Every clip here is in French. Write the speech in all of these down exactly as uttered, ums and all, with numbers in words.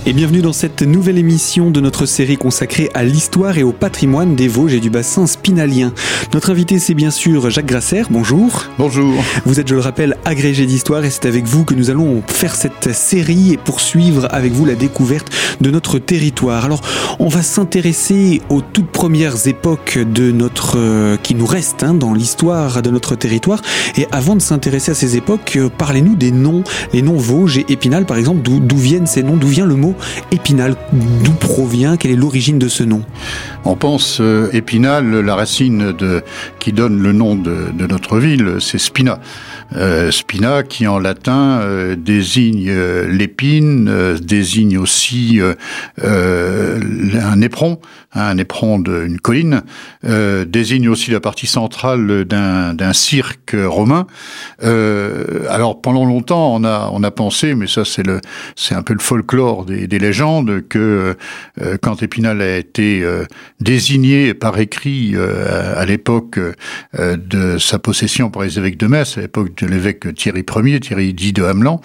Et bienvenue dans cette nouvelle émission de notre série consacrée à l'histoire et au patrimoine des Vosges et du bassin spinalien. Notre invité, c'est bien sûr Jacques Grasser. Bonjour. Bonjour. Vous êtes, je le rappelle, agrégé d'histoire et c'est avec vous que nous allons faire cette série et poursuivre avec vous la découverte de notre territoire. Alors, on va s'intéresser aux toutes premières époques de notre, euh, qui nous restent hein, dans l'histoire de notre territoire. Et avant de s'intéresser à ces époques, euh, parlez-nous des noms, les noms Vosges et Épinal, par exemple. D'où, d'où viennent ces noms? D'où vient le mot Épinal? D'où provient? Quelle est l'origine de ce nom? On pense euh, Épinal, la racine de, qui donne le nom de, de notre ville, c'est spina. Euh, spina qui en latin euh, désigne euh, l'épine, euh, désigne aussi euh, euh, un éperon, hein, un éperon d'une colline, euh, désigne aussi la partie centrale d'un, d'un cirque romain. Euh, alors pendant longtemps on a on a pensé, mais ça c'est le c'est un peu le folklore des, des légendes, que euh, quand Épinal a été euh, désigné par écrit euh, à, à l'époque euh, de sa possession par les évêques de Metz, à l'époque de l'évêque Thierry Ier, Thierry X de Hamelin,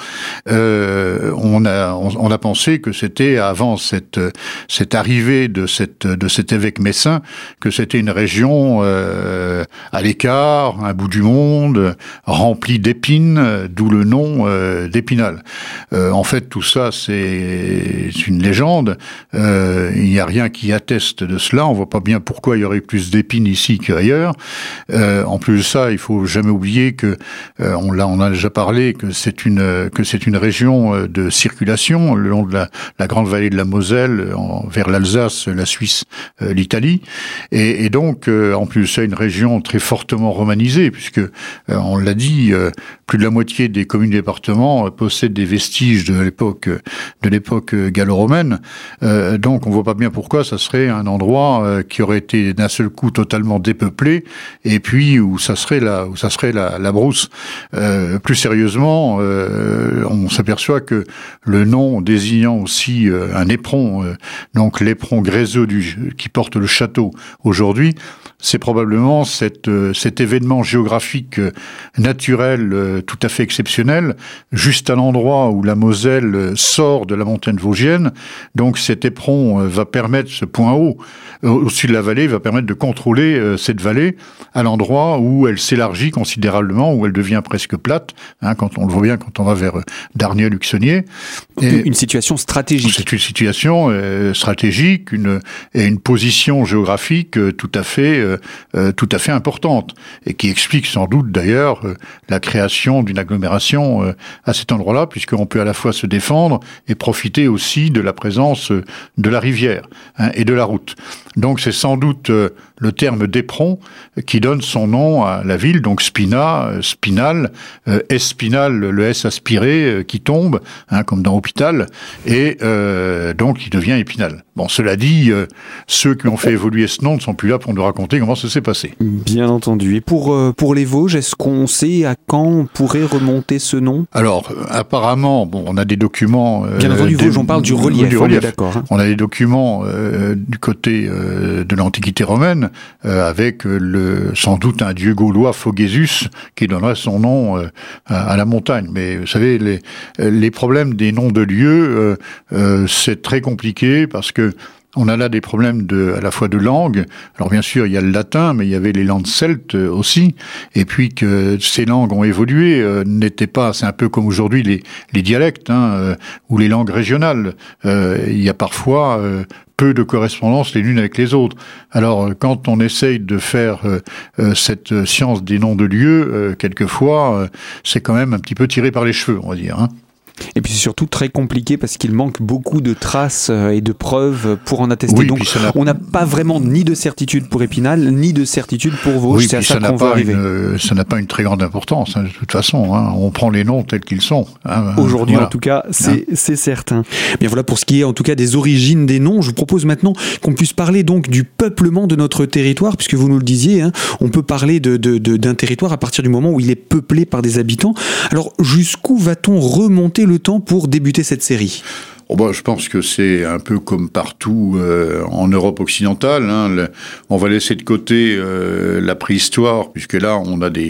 euh, on a on, on a pensé que c'était avant cette cette arrivée de cette de cet évêque messin, que c'était une région euh, à l'écart, à un bout du monde, remplie d'épines, d'où le nom euh, d'Épinal. Euh, en fait, tout ça c'est une légende. Euh, il n'y a rien qui atteste de cela. On voit pas bien pourquoi il y aurait plus d'épines ici qu'ailleurs. Euh, en plus de ça, il faut jamais oublier que euh, on l'a, on a déjà parlé, que c'est une que c'est une région de circulation le long de la, la grande vallée de la Moselle, en, vers l'Alsace, la Suisse, euh, l'Italie, et, et donc euh, en plus c'est une région très fortement romanisée, puisque euh, on l'a dit, euh, plus de la moitié des communes du département euh, possèdent des vestiges de l'époque de l'époque gallo-romaine. Euh, donc on voit pas bien pourquoi ça serait un endroit euh, qui aurait été d'un seul coup totalement dépeuplé, et puis où ça serait la où ça serait la, la brousse. Euh, plus sérieusement, euh, on s'aperçoit que le nom désignant aussi euh, un éperon, euh, donc l'éperon gréseux du, qui porte le château aujourd'hui, c'est probablement cette, euh, cet événement géographique euh, naturel euh, tout à fait exceptionnel, juste à l'endroit où la Moselle euh, sort de la montagne vosgienne. Donc cet éperon euh, va permettre, ce point haut, euh, au-dessus de la vallée, va permettre de contrôler euh, cette vallée à l'endroit où elle s'élargit considérablement, où elle devient presque plate, hein, quand on le voit bien quand on va vers euh, Darnieux-Luxonnier. Et une situation stratégique. C'est une situation euh, stratégique, une, et une position géographique euh, tout à fait euh, euh, tout à fait importante, et qui explique sans doute d'ailleurs euh, la création d'une agglomération euh, à cet endroit-là, puisqu'on peut à la fois se défendre et profiter aussi de la présence euh, de la rivière hein, et de la route. Donc c'est sans doute euh, le terme d'éperon qui donne son nom à la ville, donc Spina, euh, Spinal, euh, Espinal, le S aspiré euh, qui tombe, hein, comme dans hôpital, et euh, donc il devient Épinal. Bon, cela dit, euh, ceux qui ont fait évoluer ce nom ne sont plus là pour nous raconter comment ça s'est passé. Bien entendu. Et pour, euh, pour les Vosges, est-ce qu'on sait à quand on pourrait remonter ce nom? Alors, euh, apparemment, bon, on a des documents... Euh, Bien entendu, des, Vosges, on parle du relief, du relief. On est d'accord. Hein. On a des documents euh, du côté euh, de l'Antiquité romaine, euh, avec euh, le, sans doute un dieu gaulois, Phogésus, qui donnerait son nom euh, à, à la montagne. Mais vous savez, les, les problèmes des noms de lieux, euh, euh, c'est très compliqué, parce que on a là des problèmes de, à la fois de langue. Alors bien sûr, il y a le latin, mais il y avait les langues celtes aussi. Et puis que ces langues ont évolué, euh, n'étaient pas, c'est un peu comme aujourd'hui les, les dialectes, hein, euh, ou les langues régionales. Euh, il y a parfois euh, peu de correspondance les l'unes avec les autres. Alors, quand on essaye de faire euh, euh, cette science des noms de lieux, euh, quelquefois, euh, c'est quand même un petit peu tiré par les cheveux, on va dire, hein. Et puis c'est surtout très compliqué parce qu'il manque beaucoup de traces et de preuves pour en attester. Oui, donc on n'a pas vraiment ni de certitude pour Épinal, ni de certitude pour Vosges. Oui, c'est à ça, ça qu'on va arriver. Une, ça n'a pas une très grande importance, hein, de toute façon. Hein. On prend les noms tels qu'ils sont. Hein. Aujourd'hui, voilà. En tout cas, c'est, hein. c'est certain. Bien voilà pour ce qui est en tout cas des origines des noms. Je vous propose maintenant qu'on puisse parler donc du peuplement de notre territoire, puisque vous nous le disiez, hein, on peut parler de, de, de, d'un territoire à partir du moment où il est peuplé par des habitants. Alors jusqu'où va-t-on remonter le temps pour débuter cette série? Oh bah, je pense que c'est un peu comme partout euh, en Europe occidentale. Hein, le, on va laisser de côté euh, la préhistoire, puisque là, on a des,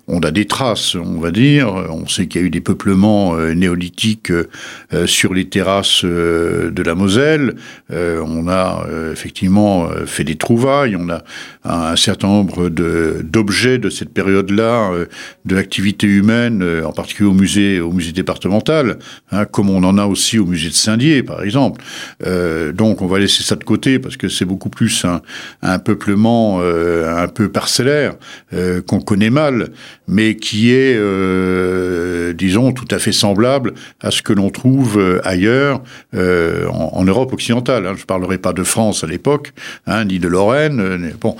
on a des traces, on va dire. On sait qu'il y a eu des peuplements euh, néolithiques euh, sur les terrasses euh, de la Moselle. Euh, on a euh, effectivement fait des trouvailles. On a un, un certain nombre de, d'objets de cette période-là, euh, de l'activité humaine, euh, en particulier au musée, au musée départemental, hein, comme on en a aussi au musée de Saint-Dié, par exemple. Euh, donc, on va laisser ça de côté parce que c'est beaucoup plus un, un peuplement euh, un peu parcellaire euh, qu'on connaît mal, mais qui est, euh, disons, tout à fait semblable à ce que l'on trouve ailleurs euh, en, en Europe occidentale. Hein. Je ne parlerai pas de France à l'époque, hein, ni de Lorraine. Euh, bon,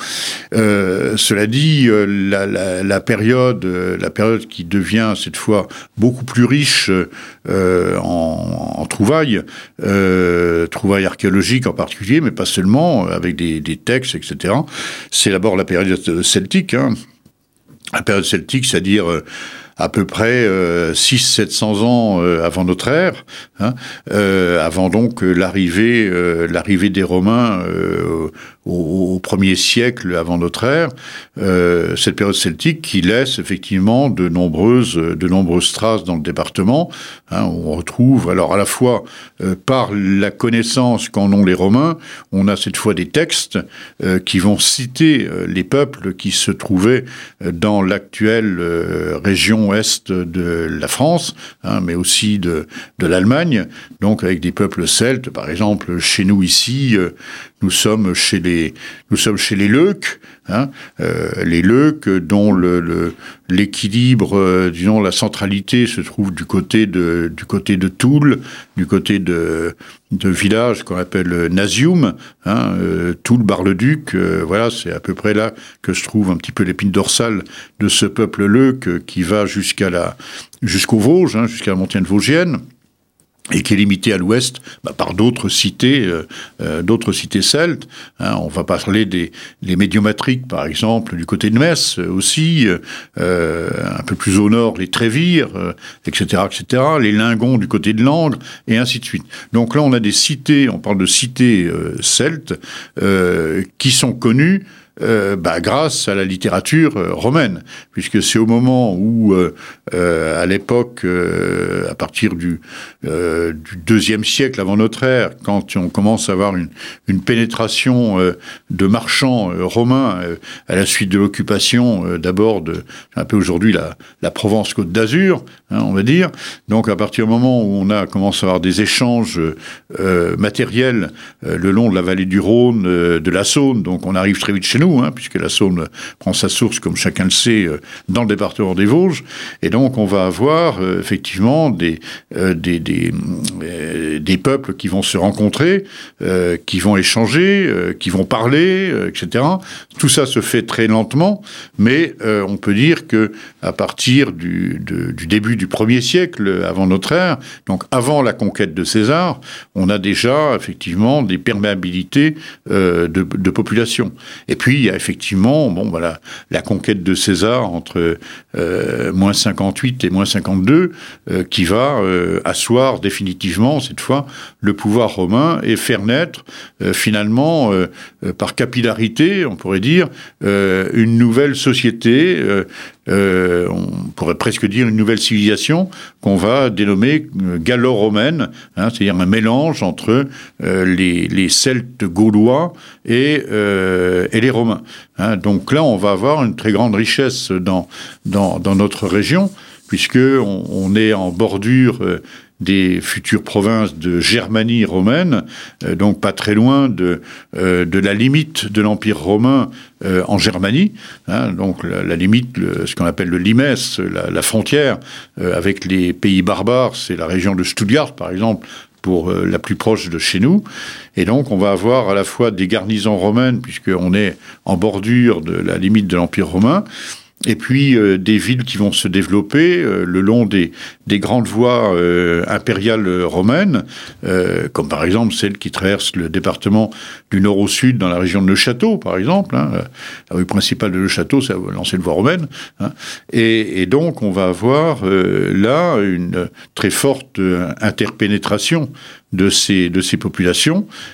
euh, cela dit, euh, la, la, la période, euh, la période qui devient cette fois beaucoup plus riche euh, en, en trouvailles, euh, trouvailles archéologiques en particulier, mais pas seulement, avec des, des textes, et cetera. C'est d'abord la période celtique, hein. La période celtique, c'est-à-dire euh, à peu près euh, six cents à sept cents ans euh, avant notre ère, hein, euh, avant donc euh, l'arrivée, euh, l'arrivée des Romains euh, au, au premier siècle avant notre ère. Euh, cette période celtique qui laisse effectivement de nombreuses, de nombreuses traces dans le département. Hein, on retrouve alors à la fois euh, par la connaissance qu'en ont les Romains, on a cette fois des textes euh, qui vont citer euh, les peuples qui se trouvaient euh, dans l'actuelle euh, région ouest de la France, hein, mais aussi de, de l'Allemagne, donc avec des peuples celtes. Par exemple, chez nous ici, euh, nous sommes chez les, nous sommes chez les Leucs, hein, euh, les Leucs dont le, le, l'équilibre, euh, disons la centralité se trouve du côté de, du côté de Toul, du côté de, de villages qu'on appelle Nasium, hein, euh, Toul, Bar-le-Duc, euh, voilà, c'est à peu près là que se trouve un petit peu l'épine dorsale de ce peuple Leuc euh, qui va jusqu'à la, jusqu'aux Vosges, hein, jusqu'à la montagne vosgienne, et qui est limité à l'ouest bah, par d'autres cités, euh, euh, d'autres cités celtes. Hein, on va parler des les Médiomatriques, par exemple, du côté de Metz euh, aussi, euh, un peu plus au nord, les Trévires, euh, et cetera, et cetera, les Lingons du côté de Langres, et ainsi de suite. Donc là, on a des cités, on parle de cités euh, celtes, euh, qui sont connues Euh, bah, grâce à la littérature euh, romaine, puisque c'est au moment où, euh, euh, à l'époque, euh, à partir du, euh, du deuxième siècle avant notre ère, quand on commence à avoir une, une pénétration euh, de marchands euh, romains euh, à la suite de l'occupation, euh, d'abord de un peu aujourd'hui la, la Provence-Côte d'Azur, hein, on va dire. Donc à partir du moment où on a commencé à avoir des échanges euh, matériels euh, le long de la vallée du Rhône, euh, de la Saône, donc on arrive très vite chez nous. Hein, puisque la Saône prend sa source, comme chacun le sait, dans le département des Vosges. Et donc, on va avoir euh, effectivement des, euh, des, des, euh, des peuples qui vont se rencontrer, euh, qui vont échanger, euh, qui vont parler, euh, et cetera. Tout ça se fait très lentement, mais euh, on peut dire que à partir du, de, du début du premier siècle avant notre ère, donc avant la conquête de César, on a déjà effectivement des perméabilités euh, de, de population. Et puis, il y a effectivement bon, voilà, la conquête de César entre euh, moins cinquante-huit et moins cinquante-deux euh, qui va euh, asseoir définitivement, cette fois, le pouvoir romain et faire naître, euh, finalement, euh, euh, par capillarité, on pourrait dire, euh, une nouvelle société, euh, euh, on pourrait presque dire une nouvelle civilisation qu'on va dénommer euh, gallo-romaine, hein, c'est-à-dire un mélange entre euh, les, les Celtes gaulois et, euh, et les Romains. Hein, donc là, on va avoir une très grande richesse dans, dans, dans notre région, puisqu'on on est en bordure euh, des futures provinces de Germanie romaine, euh, donc pas très loin de, euh, de la limite de l'Empire romain euh, en Germanie, hein, donc la, la limite, le, ce qu'on appelle le limes, la, la frontière euh, avec les pays barbares, c'est la région de Stuttgart, par exemple, pour euh, la plus proche de chez nous. Et donc, on va avoir à la fois des garnisons romaines, puisqu'on est en bordure de la limite de l'Empire romain, et puis euh, des villes qui vont se développer euh, le long des, des grandes voies euh, impériales romaines, euh, comme par exemple celle qui traverse le département du nord au sud dans la région de Neuchâteau, par exemple. Hein. La rue principale de Neuchâteau, c'est l'ancienne voie romaine. Hein. Et, et donc, on va avoir euh, là une très forte interpénétration de ces, de ces populations,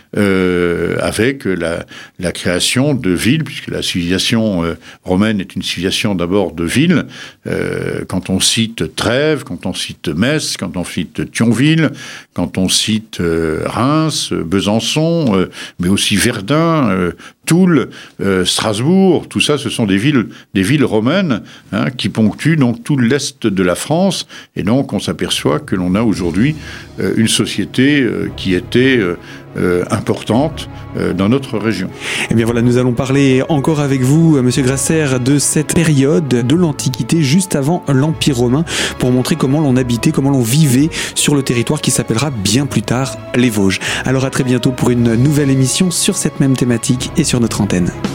euh, avec la, la création de villes, puisque la civilisation euh, romaine est une civilisation d'abord de villes. Euh, quand on cite Trèves, quand on cite Metz, quand on cite Thionville, quand on cite euh, Reims, Besançon, euh, mais aussi Verdun, euh, Toul, euh, Strasbourg, tout ça, ce sont des villes, des villes romaines hein, qui ponctuent donc tout l'est de la France. Et donc, on s'aperçoit que l'on a aujourd'hui euh, une société euh, qui était euh, euh, importante euh, dans notre région. Eh bien voilà, nous allons parler encore avec vous, Monsieur Grasser, de cette période de l'Antiquité, juste avant l'Empire romain, pour montrer comment l'on habitait, comment l'on vivait sur le territoire qui s'appellera bien plus tard les Vosges. Alors à très bientôt pour une nouvelle émission sur cette même thématique et sur notre antenne.